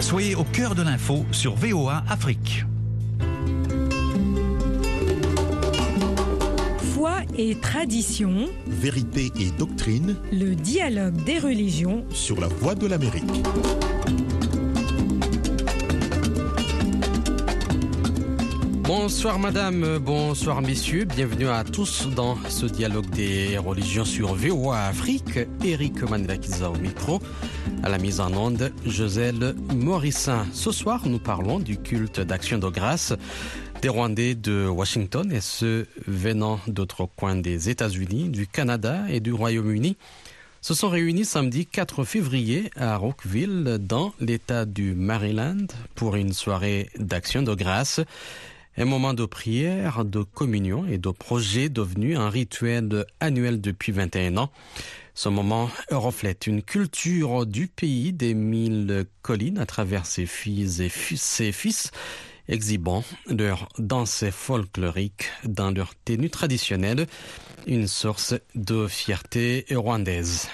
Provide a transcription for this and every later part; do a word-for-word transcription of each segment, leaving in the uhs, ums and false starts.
Soyez au cœur de l'info sur V O A Afrique. Foi et tradition, vérité et doctrine, le dialogue des religions sur la Voix de l'Amérique. Bonsoir madame, bonsoir messieurs, bienvenue à tous dans ce dialogue des religions sur V O A Afrique. Eric Manelakiza au micro, à la mise en onde, Joselle Morissin. Ce soir, nous parlons du culte d'action de grâce des Rwandais de Washington et ceux venant d'autres coins des États-Unis, du Canada et du Royaume-Uni se sont réunis samedi quatre février à Rockville, dans l'État du Maryland, pour une soirée d'action de grâce. Un moment de prière, de communion et de projet devenu un rituel annuel depuis vingt et un ans. Ce moment reflète une culture du pays des mille collines à travers ses filles et ses fils, exhibant leurs danses folkloriques dans leur tenue traditionnelle, une source de fierté rwandaise.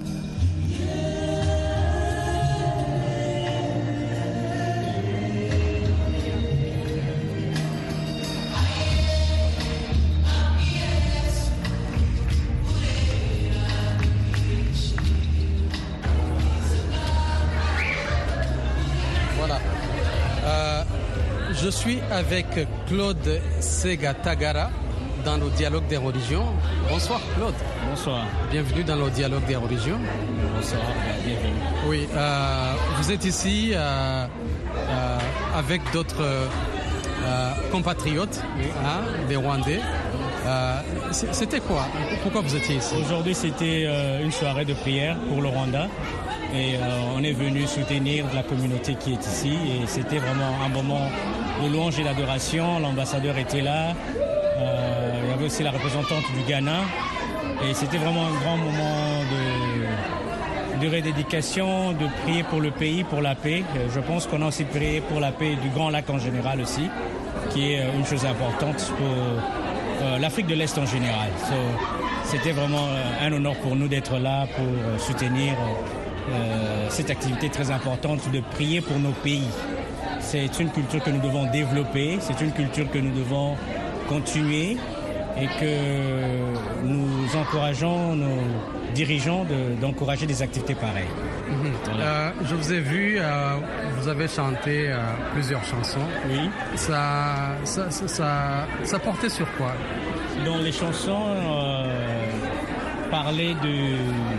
Je suis avec Claude Segatagara dans le dialogue des religions. Bonsoir Claude. Bonsoir. Bienvenue dans le dialogue des religions. Bonsoir, bienvenue. Oui, euh, vous êtes ici euh, euh, avec d'autres euh, compatriotes, oui. hein, des Rwandais. Euh, c'était quoi? Pourquoi vous étiez ici? Aujourd'hui, c'était euh, une soirée de prière pour le Rwanda. Et euh, on est venu soutenir la communauté qui est ici. Et c'était vraiment un moment de louange et d'adoration. L'ambassadeur était là. Euh, il y avait aussi la représentante du Ghana. Et c'était vraiment un grand moment de, de redédication, de prier pour le pays, pour la paix. Je pense qu'on a aussi prié pour la paix du Grand Lac en général aussi, qui est une chose importante pour euh, l'Afrique de l'Est en général. So, c'était vraiment un honneur pour nous d'être là pour soutenir Euh, cette activité très importante de prier pour nos pays. C'est une culture que nous devons développer, c'est une culture que nous devons continuer et que nous encourageons nos dirigeants de, d'encourager des activités pareilles. Mmh. Voilà. Euh, je vous ai vu, euh, vous avez chanté euh, plusieurs chansons. Oui. Ça, ça, ça, ça, ça portait sur quoi? Dans les chansons, euh, parlaient de...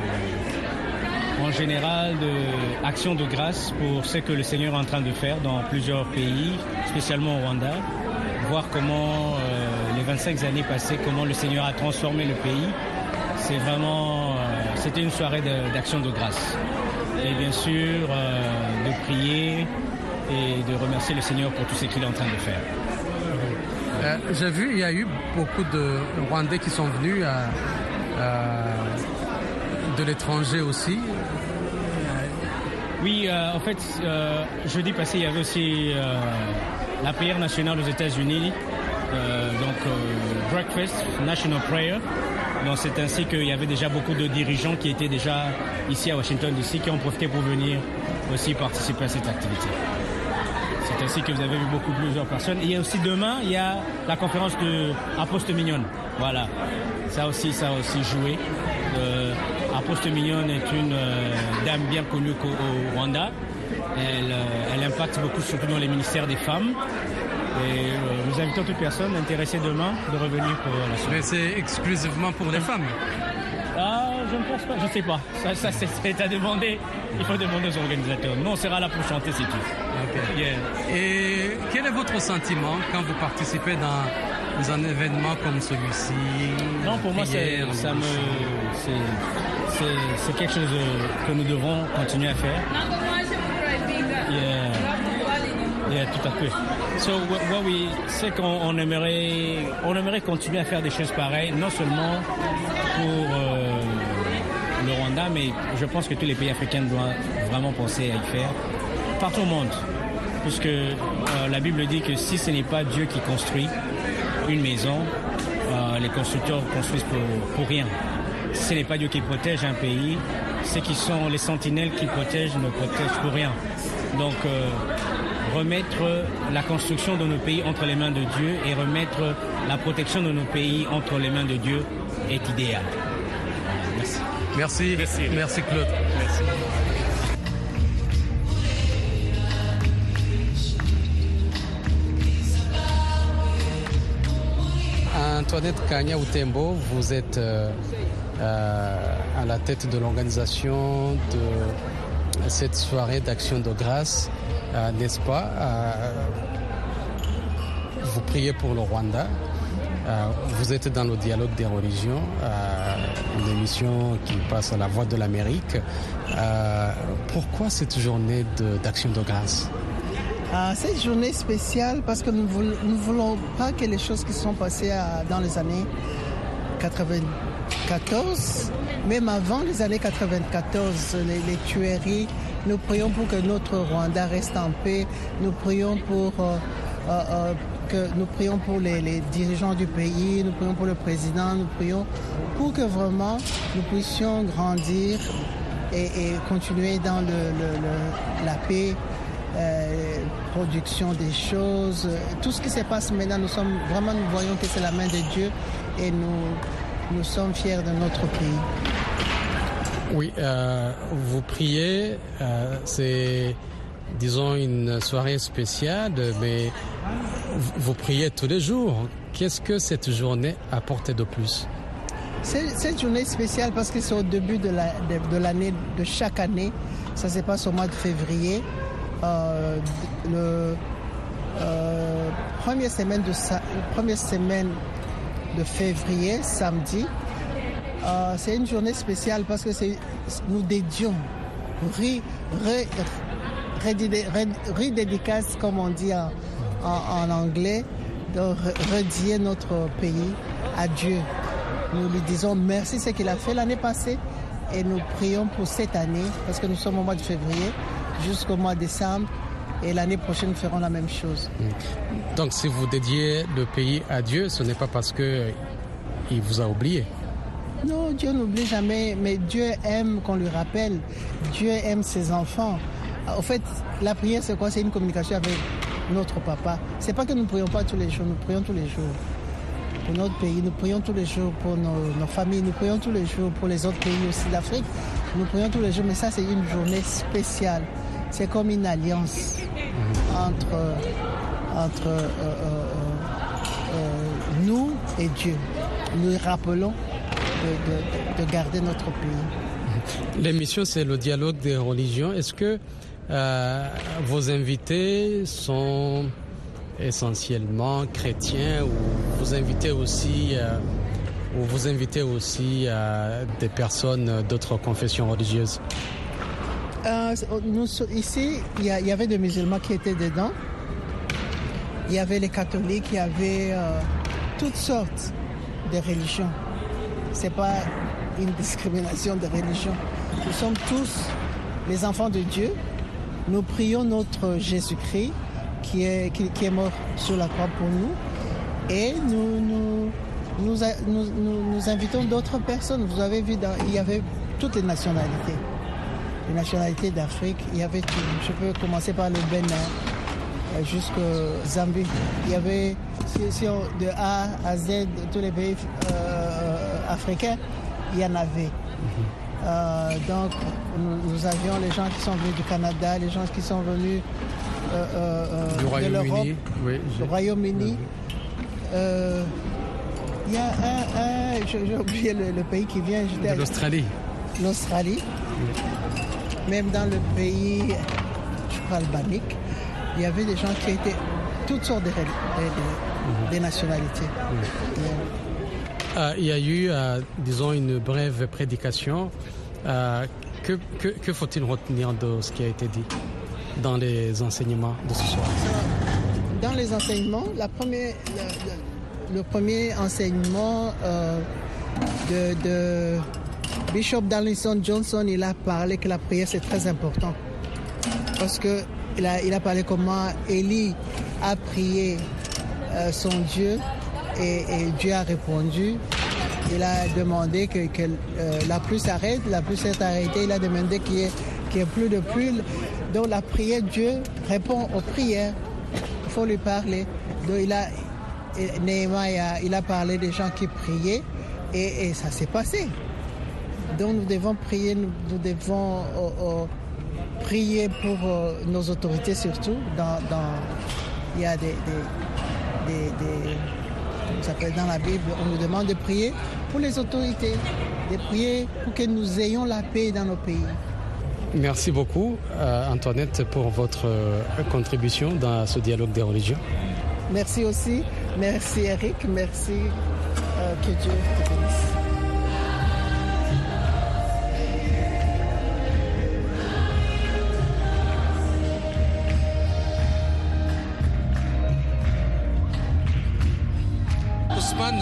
en général, d'action de, de grâce pour ce que le Seigneur est en train de faire dans plusieurs pays, spécialement au Rwanda. Voir comment, euh, les vingt-cinq années passées, comment le Seigneur a transformé le pays. C'est vraiment, euh, c'était une soirée de, d'action de grâce. Et bien sûr, euh, de prier et de remercier le Seigneur pour tout ce qu'il est en train de faire. Euh, j'ai vu, il y a eu beaucoup de Rwandais qui sont venus à... à... de l'étranger aussi. Oui, euh, en fait, euh, jeudi passé, il y avait aussi euh, la prière nationale aux États-Unis, euh, donc euh, Breakfast, National Prayer. Donc c'est ainsi qu'il y avait déjà beaucoup de dirigeants qui étaient déjà ici à Washington D C qui ont profité pour venir aussi participer à cette activité. C'est ainsi que vous avez vu beaucoup plusieurs personnes. Et il y a aussi demain, il y a la conférence de Apostle Mignonne. Voilà, ça aussi, ça a aussi joué. Euh, Apostle Mignonne est une euh, dame bien connue au Rwanda. Elle, euh, elle impacte beaucoup, surtout dans les ministères des femmes. Et euh, nous invitons toute personne intéressée demain de revenir pour la soirée. Mais c'est exclusivement pour les femmes? Ah, je ne pense pas, je ne sais pas. Ça, ça c'est, c'est à demander. Il faut demander aux organisateurs. Nous, on sera là pour chanter, c'est tout. Okay. Yeah. Et quel est votre sentiment quand vous participez dans, dans un événement comme celui-ci? Non, pour moi, c'est, ça me, c'est, c'est, c'est quelque chose que nous devons continuer à faire. Yeah. Yeah, tout à fait. So, what we, c'est qu'on on aimerait, on aimerait continuer à faire des choses pareilles, non seulement pour euh, le Rwanda, mais je pense que tous les pays africains doivent vraiment penser à y faire, partout au monde. Puisque euh, la Bible dit que si ce n'est pas Dieu qui construit une maison, euh, les constructeurs construisent pour, pour rien. ce n'est pas Dieu qui protège un pays, ceux qui sont les sentinelles qui protègent ne protègent pour rien. Donc euh, remettre la construction de nos pays entre les mains de Dieu et remettre la protection de nos pays entre les mains de Dieu est idéal. Merci. Merci, merci, merci Claude. Merci. Antoinette Kanya-Utembo, vous êtes euh, euh, à la tête de l'organisation de cette soirée d'action de grâce, euh, n'est-ce pas? euh, Vous priez pour le Rwanda, euh, vous êtes dans le dialogue des religions, euh, une émission qui passe à la Voix de l'Amérique. Euh, pourquoi cette journée de, d'action de grâce? Euh, cette journée spéciale parce que nous ne voulons pas que les choses qui sont passées à, dans les années quatre-vingt-quatorze, même avant les années quatre-vingt-quatorze, les, les tueries, nous prions pour que notre Rwanda reste en paix, nous prions pour, euh, euh, que, nous prions pour les, les dirigeants du pays, nous prions pour le président, nous prions pour que vraiment nous puissions grandir et, et continuer dans le, le, le, la paix. Euh, production des choses, tout ce qui se passe maintenant, nous sommes vraiment, nous voyons que c'est la main de Dieu et nous, nous sommes fiers de notre pays. Oui, euh, vous priez, euh, c'est, disons, une soirée spéciale, mais vous, vous priez tous les jours. Qu'est-ce que cette journée apporte de plus? C'est, cette journée spéciale parce que c'est au début de, la, de, de l'année, de chaque année. Ça se passe au mois de février. Euh, le euh, première semaine de première semaine de février, samedi, euh, c'est une journée spéciale parce que c'est, nous dédions, redédicace comme on dit en, en, en anglais, de redire notre pays à Dieu. Nous lui disons merci ce qu'il a fait l'année passée et nous prions pour cette année parce que nous sommes au mois de février jusqu'au mois de décembre et l'année prochaine nous ferons la même chose. Donc si vous dédiez le pays à Dieu, ce n'est pas parce qu'il vous a oublié? Non, Dieu n'oublie jamais, mais Dieu aime qu'on lui rappelle. Dieu aime ses enfants. En fait, la prière c'est quoi? C'est une communication avec notre papa. C'est pas que nous ne prions pas tous les jours, nous prions tous les jours pour notre pays, nous prions tous les jours pour nos, nos familles, nous prions tous les jours pour les autres pays aussi d'Afrique. Nous prions tous les jours, mais ça c'est une journée spéciale. C'est comme une alliance entre, entre euh, euh, euh, nous et Dieu. Nous rappelons de, de, de garder notre pays. L'émission, c'est le dialogue des religions. Est-ce que euh, vos invités sont essentiellement chrétiens ou vous invitez aussi, euh, ou vous invitez aussi euh, des personnes d'autres confessions religieuses? Euh, nous, ici, il y, y avait des musulmans qui étaient dedans. Il y avait les catholiques, il y avait euh, toutes sortes de religions. Ce n'est pas une discrimination de religion. Nous sommes tous les enfants de Dieu. Nous prions notre Jésus-Christ qui est, qui, qui est mort sur la croix pour nous. Et nous, nous, nous, nous, nous, nous invitons d'autres personnes. Vous avez vu, dans, il y avait toutes les nationalités. Les nationalités d'Afrique, il y avait tout. Je peux commencer par le Bénin jusqu'au Zambie. Il y avait, si, si on, de A à Z, tous les pays euh, africains, il y en avait. Euh, donc, nous, nous avions les gens qui sont venus du Canada, les gens qui sont venus euh, euh, du de l'Europe, oui, du Royaume-Uni. Euh, il y a un, un j'ai oublié le, le pays qui vient. De l'Australie. L'Australie. Oui. Même dans le pays, je crois, albanique, il y avait des gens qui étaient toutes sortes de, de, de, mm-hmm. de nationalités. Mm-hmm. Yeah. Euh, il y a eu, euh, disons, une brève prédication. Euh, que, que, que faut-il retenir de ce qui a été dit dans les enseignements de ce soir? Dans les enseignements, la première, le, le premier enseignement euh, de... de Bishop Darlington Johnson, il a parlé que la prière c'est très important parce que il a, il a parlé comment Élie a prié euh, son Dieu et, et Dieu a répondu. il a demandé que, que euh, la pluie s'arrête, la pluie s'est arrêtée, il a demandé qu'il n'y ait, qu'il y ait plus de pluie. Donc la prière, Dieu répond aux prières, il faut lui parler. Donc il a, Néhémie, il a parlé des gens qui priaient et, et ça s'est passé. Donc nous devons prier, nous, nous devons oh, oh, prier pour oh, nos autorités surtout. Dans, dans, il y a des... des, des, des ça peut être dans la Bible, on nous demande de prier pour les autorités, de prier pour que nous ayons la paix dans nos pays. Merci beaucoup, euh, Antoinette, pour votre euh, contribution dans ce dialogue des religions. Merci aussi. Merci, Eric. Merci. Euh, que Dieu te bénisse. Ousmane,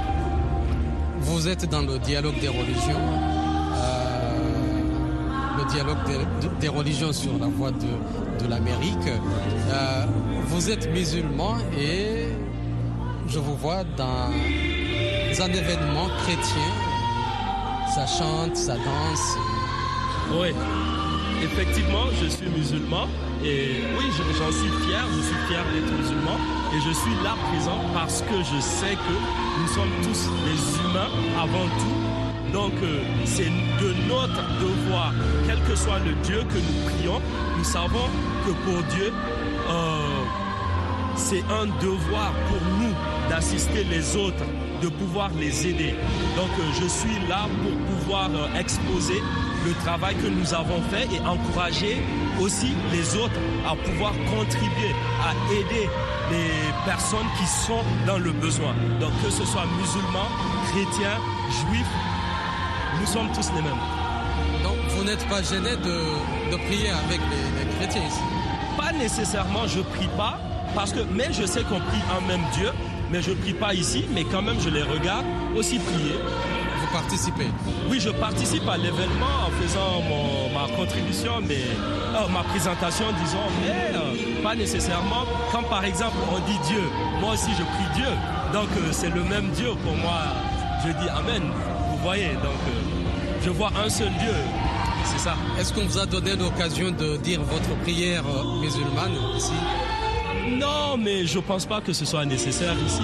vous êtes dans le dialogue des religions, euh, le dialogue des, des religions sur la voie de, de l'Amérique. Euh, vous êtes musulman et je vous vois dans un événement chrétien. Ça chante, ça danse. Oui, effectivement, je suis musulman. Et oui, j'en suis fier, je suis fier d'être musulman et je suis là présent parce que je sais que nous sommes tous des humains avant tout. Donc euh, c'est de notre devoir, quel que soit le Dieu que nous prions, nous savons que pour Dieu, euh, c'est un devoir pour nous d'assister les autres, de pouvoir les aider. Donc euh, je suis là pour pouvoir euh, exposer le travail que nous avons fait et encourager aussi les autres à pouvoir contribuer, à aider les personnes qui sont dans le besoin. Donc que ce soit musulmans, chrétiens, juifs, nous sommes tous les mêmes. Donc vous n'êtes pas gêné de, de prier avec les, les chrétiens ici? Pas nécessairement, je prie pas, parce que, mais je sais qu'on prie un même Dieu, mais je prie pas ici, mais quand même je les regarde aussi prier. Vous participez? Oui, je participe à l'événement en faisant mon, ma contribution, mais euh, ma présentation, disons, mais euh, pas nécessairement. Quand par exemple on dit Dieu, moi aussi je prie Dieu, donc euh, c'est le même Dieu pour moi. Je dis Amen. Vous voyez, donc euh, je vois un seul Dieu. C'est ça. Est-ce qu'on vous a donné l'occasion de dire votre prière euh, musulmane ici? Non, mais je pense pas que ce soit nécessaire ici.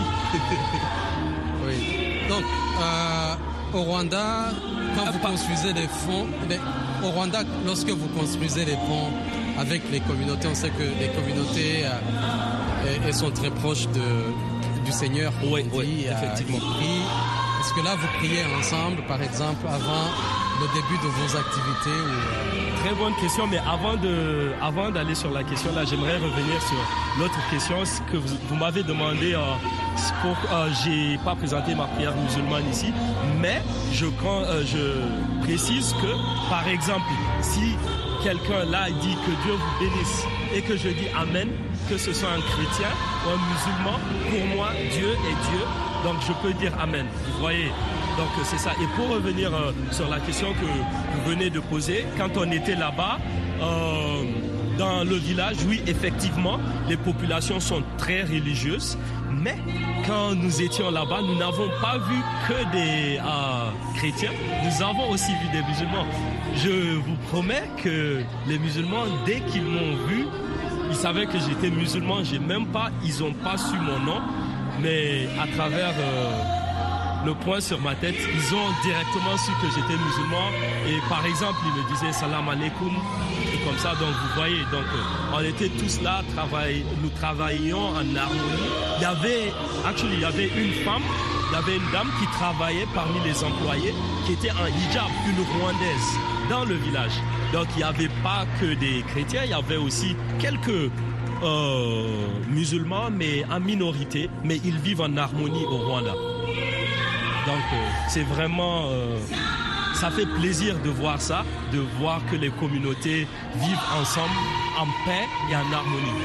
Oui. Donc. Euh... Au Rwanda, quand vous construisez les ponts, les, au Rwanda, lorsque vous construisez les ponts avec les communautés, on sait que les communautés euh, elles sont très proches de, du Seigneur. Oui, dit, oui, effectivement. Euh, Est-ce que là, vous priez ensemble, par exemple, avant le début de vos activités ou... Très bonne question, mais avant de, avant d'aller sur la question là, j'aimerais revenir sur l'autre question, ce que vous, vous m'avez demandé. Euh, pour, euh, j'ai pas présenté ma prière musulmane ici, mais je, quand, euh, je précise que, par exemple, si quelqu'un là dit que Dieu vous bénisse et que je dis Amen, que ce soit un chrétien ou un musulman, pour moi, Dieu est Dieu, donc je peux dire Amen. Vous voyez? Donc c'est ça. Et pour revenir euh, sur la question que vous venez de poser, quand on était là-bas, euh, dans le village, oui, effectivement, les populations sont très religieuses, mais quand nous étions là-bas, nous n'avons pas vu que des euh, chrétiens, nous avons aussi vu des musulmans. Je vous promets que les musulmans, dès qu'ils m'ont vu, ils savaient que j'étais musulman, j'ai même pas, ils n'ont pas su mon nom, mais à travers... Euh, le point sur ma tête, ils ont directement su que j'étais musulman et par exemple ils me disaient salam alaikum et comme ça, donc vous voyez, donc on était tous là, travail, nous travaillions en harmonie. Il y avait, actually, il y avait une femme, il y avait une dame qui travaillait parmi les employés qui était en hijab, une Rwandaise dans le village. Donc il n'y avait pas que des chrétiens, il y avait aussi quelques euh, musulmans mais en minorité, mais ils vivent en harmonie au Rwanda. Donc euh, c'est vraiment, euh, ça fait plaisir de voir ça, de voir que les communautés vivent ensemble en paix et en harmonie.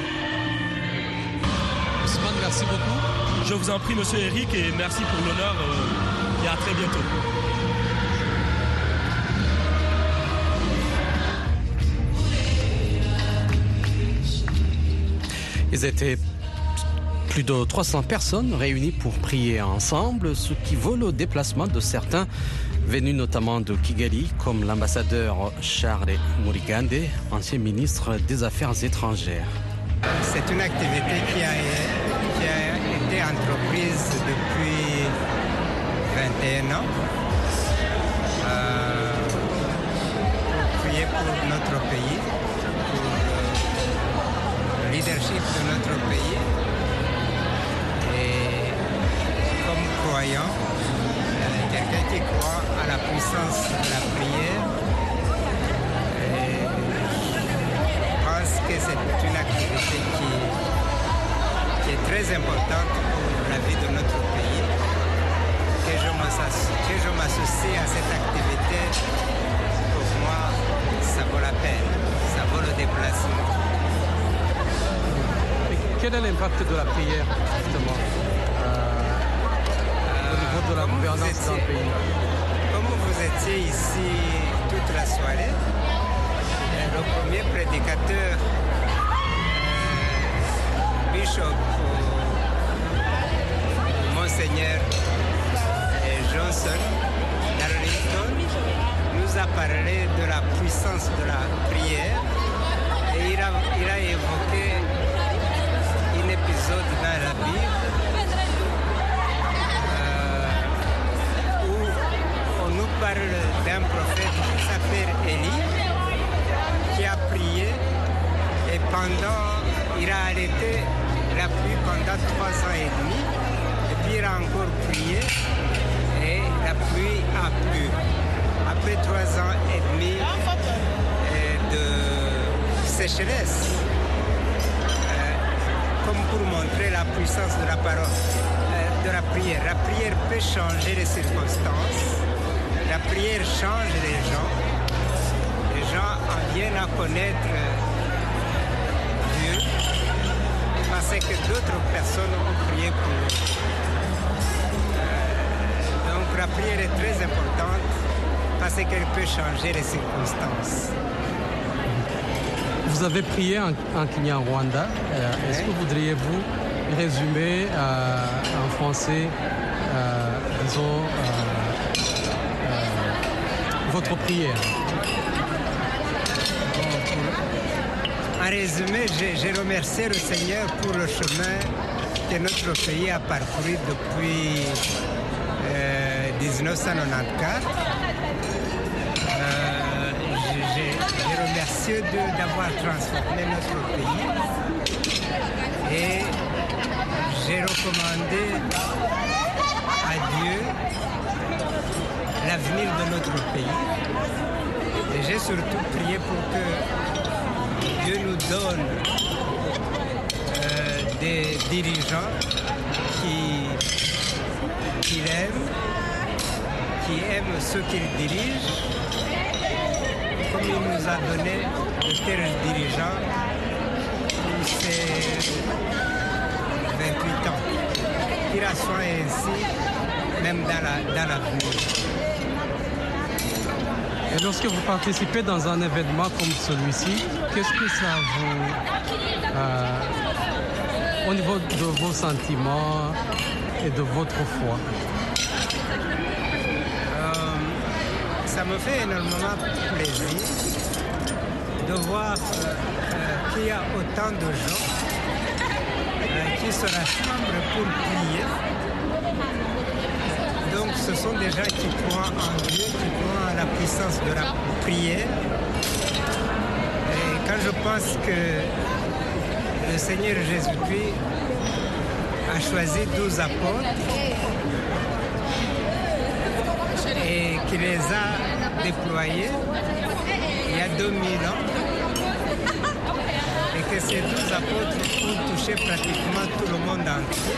Ousmane, merci beaucoup. Je vous en prie, monsieur Eric, et merci pour l'honneur euh, et à très bientôt. Ils étaient Plus de trois cents personnes réunies pour prier ensemble, ce qui vaut le déplacement de certains venus notamment de Kigali, comme l'ambassadeur Charles Murigande, ancien ministre des Affaires étrangères. C'est une activité qui a, qui a été entreprise depuis vingt et un ans. Euh, pour prier pour notre pays, pour le leadership de notre pays. Et comme croyant, quelqu'un qui croit à la puissance de la prière, et je pense que c'est une activité qui, qui est très importante pour la vie de notre pays. Que je m'associe à cette activité, pour moi, ça vaut la peine, ça vaut le déplacement. Et quel est l'impact de la prière, justement de la gouvernance dans le pays. Comme vous étiez ici toute la soirée, le premier prédicateur, euh, Bishop euh, Monseigneur Johnson d'Arlington, nous a parlé de la puissance de la prière et il a, il a évoqué un épisode dans la Bible parle d'un prophète qui s'appelle Élie, qui a prié et pendant, il a arrêté la pluie pendant trois ans et demi, et puis il a encore prié et la pluie a plu. Après trois ans et demi de sécheresse, euh, comme pour montrer la puissance de la parole, euh, de la prière. La prière peut changer les circonstances. La prière change les gens. Les gens en viennent à connaître Dieu parce que d'autres personnes ont prié pour eux. Donc la prière est très importante parce qu'elle peut changer les circonstances. Vous avez prié en, en Kinyarwanda. Euh, Est-ce que voudriez-vous résumer euh, en français, euh, disons, euh, votre prière? En résumé, j'ai remercié le Seigneur pour le chemin que notre pays a parcouru depuis euh, dix-neuf cent quatre-vingt-quatorze. Euh, j'ai remercié Dieu d'avoir transformé notre pays et j'ai recommandé à Dieu l'avenir de notre pays. Et j'ai surtout prié pour que Dieu nous donne euh, des dirigeants qui, qui l'aiment, qui aiment ceux qu'il dirige, comme il nous a donné de tels dirigeants pour ces vingt-huit ans. Qu'il en soit ainsi, même dans la, dans l'avenir. Et lorsque vous participez dans un événement comme celui-ci, qu'est-ce que ça vous... Euh, au niveau de vos sentiments et de votre foi? euh, Ça me fait énormément plaisir de voir euh, qu'il y a autant de gens euh, qui se rassemblent pour prier. Donc ce sont des gens qui croient en Dieu, qui croient à la puissance de la prière. Et quand je pense que le Seigneur Jésus-Christ a choisi douze apôtres et qu'il les a déployés il y a deux mille ans et que ces douze apôtres ont touché pratiquement tout le monde entier.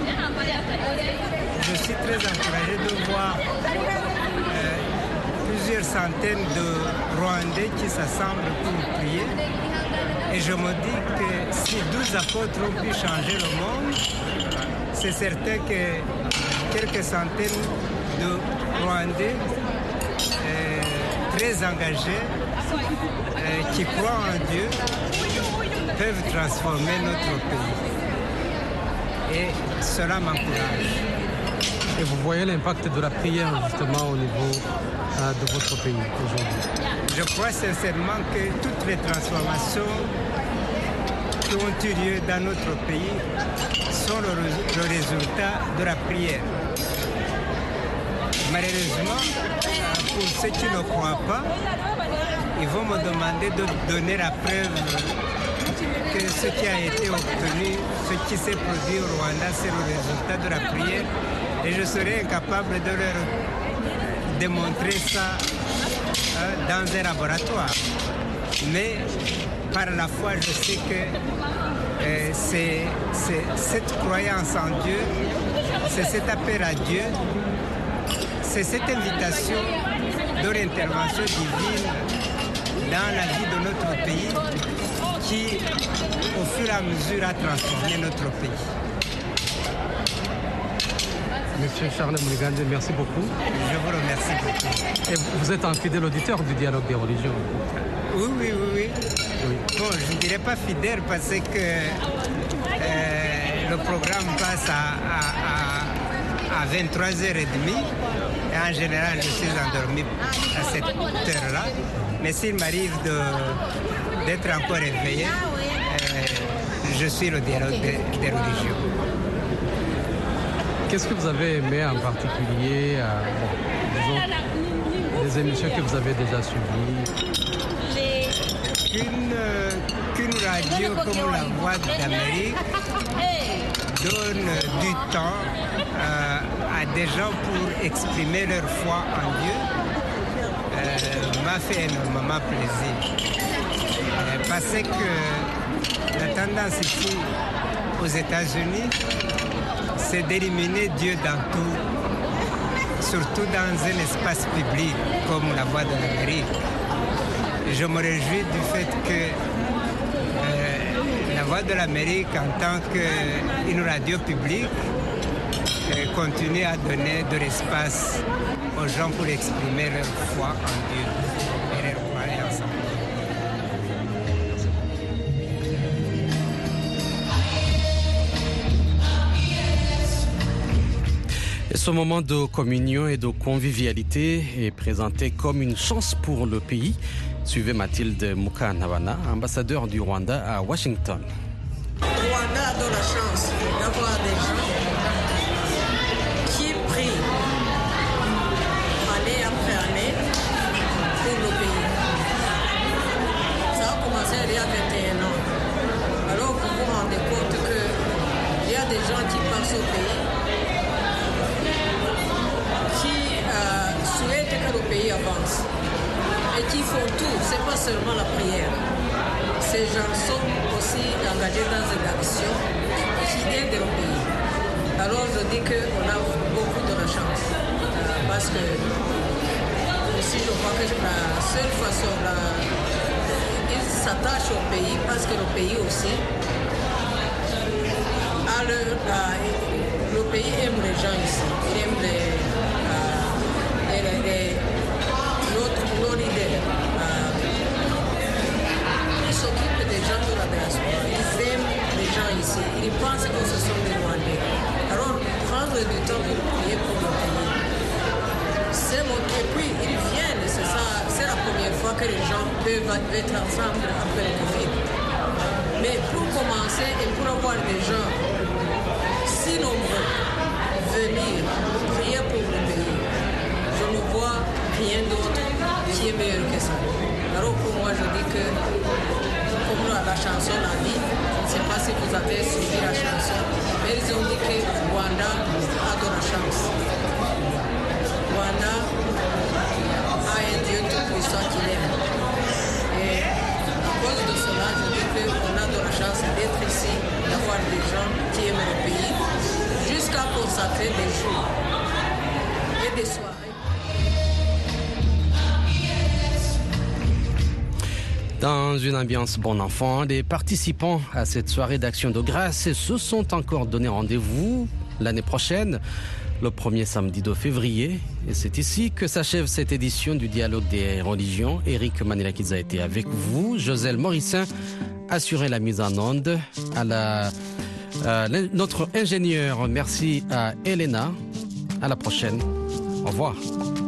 Je suis très encouragé de voir euh, plusieurs centaines de Rwandais qui s'assemblent pour prier. Et je me dis que si douze apôtres ont pu changer le monde, c'est certain que quelques centaines de Rwandais euh, très engagés, euh, qui croient en Dieu, peuvent transformer notre pays. et cela m'encourage. Et vous voyez l'impact de la prière justement au niveau euh, de votre pays aujourd'hui? Je crois sincèrement que toutes les transformations qui ont eu lieu dans notre pays sont le, le résultat de la prière. Malheureusement, pour ceux qui ne croient pas, ils vont me demander de donner la preuve que ce qui a été obtenu, ce qui s'est produit au Rwanda, c'est le résultat de la prière. Et je serai incapable de leur démontrer ça euh, dans un laboratoire. Mais par la foi, je sais que euh, c'est, c'est cette croyance en Dieu, c'est cet appel à Dieu, c'est cette invitation de l'intervention divine dans la vie de notre pays qui, au fur et à mesure, a transformé notre pays. Monsieur Charles Mouligande, merci beaucoup. Je vous remercie beaucoup. Et vous êtes un fidèle auditeur du dialogue des religions? Oui, oui, oui, oui. oui. Bon, je ne dirais pas fidèle parce que euh, le programme passe à, à, à, à vingt-trois heures trente et en général, je suis endormi à cette heure-là. Mais s'il m'arrive de, d'être encore éveillé, euh, je suis le dialogue des, des religions. Qu'est-ce que vous avez aimé en particulier, euh, bon, disons, les émissions que vous avez déjà suivies? Qu'une, euh, qu'une radio comme la Voix d'Amérique donne du temps euh, à des gens pour exprimer leur foi en Dieu euh, m'a fait énormément plaisir. Euh, parce que la tendance ici aux États-Unis, c'est d'éliminer Dieu dans tout, surtout dans un espace public comme la Voix de l'Amérique. Je me réjouis du fait que euh, la Voix de l'Amérique, en tant qu'une radio publique, euh, continue à donner de l'espace aux gens pour exprimer leur foi en Dieu et leur croyance en Dieu. Ce moment de communion et de convivialité est présenté comme une chance pour le pays. Suivez Mathilde Mukantabana, ambassadeur du Rwanda à Washington. Le Rwanda a de la chance d'avoir des gens qui prient année après année pour le pays. Ça a commencé il y a vingt et un ans. Alors vous vous rendez compte qu'il y a des gens qui passent au pays, souhaitent que le pays avance et qui font tout, c'est pas seulement la prière. Ces gens sont aussi engagés dans une action qui aide le pays. Alors je dis qu'on a beaucoup de la chance parce que aussi je crois que la seule façon, là, ils s'attachent au pays parce que le pays aussi a le, le pays aime les gens ici, il aime les Et les, les, notre, nos leaders, euh, ils s'occupent des gens de la diaspora, ils aiment les gens ici, ils pensent que ce sont des Rwandais. Alors, prendre du temps pour prier pour le pays, c'est mon... Et puis, ils viennent, c'est ça, c'est la première fois que les gens peuvent être ensemble après le Covid. Mais pour commencer et pour avoir des gens si nombreux venir prier pour le pays, je ne vois rien d'autre qui est meilleur que ça. Alors pour moi, je dis que, comme la chanson l'a dit, je ne sais pas si vous avez suivi la chanson, mais ils ont dit que Rwanda a de la chance. Rwanda a un Dieu tout-puissant qu'il aime. Et à cause de cela, je dis qu'on a de la chance d'être ici, d'avoir des gens qui aiment le pays, jusqu'à consacrer des jours et des soirées. Dans une ambiance bon enfant, les participants à cette soirée d'action de grâce se sont encore donné rendez-vous l'année prochaine, le premier samedi de février. Et c'est ici que s'achève cette édition du Dialogue des religions. Eric Manilakidze a été avec vous. Joselle Morissin assurait la mise en onde. À la Euh, notre ingénieur, merci à Elena. À la prochaine. Au revoir.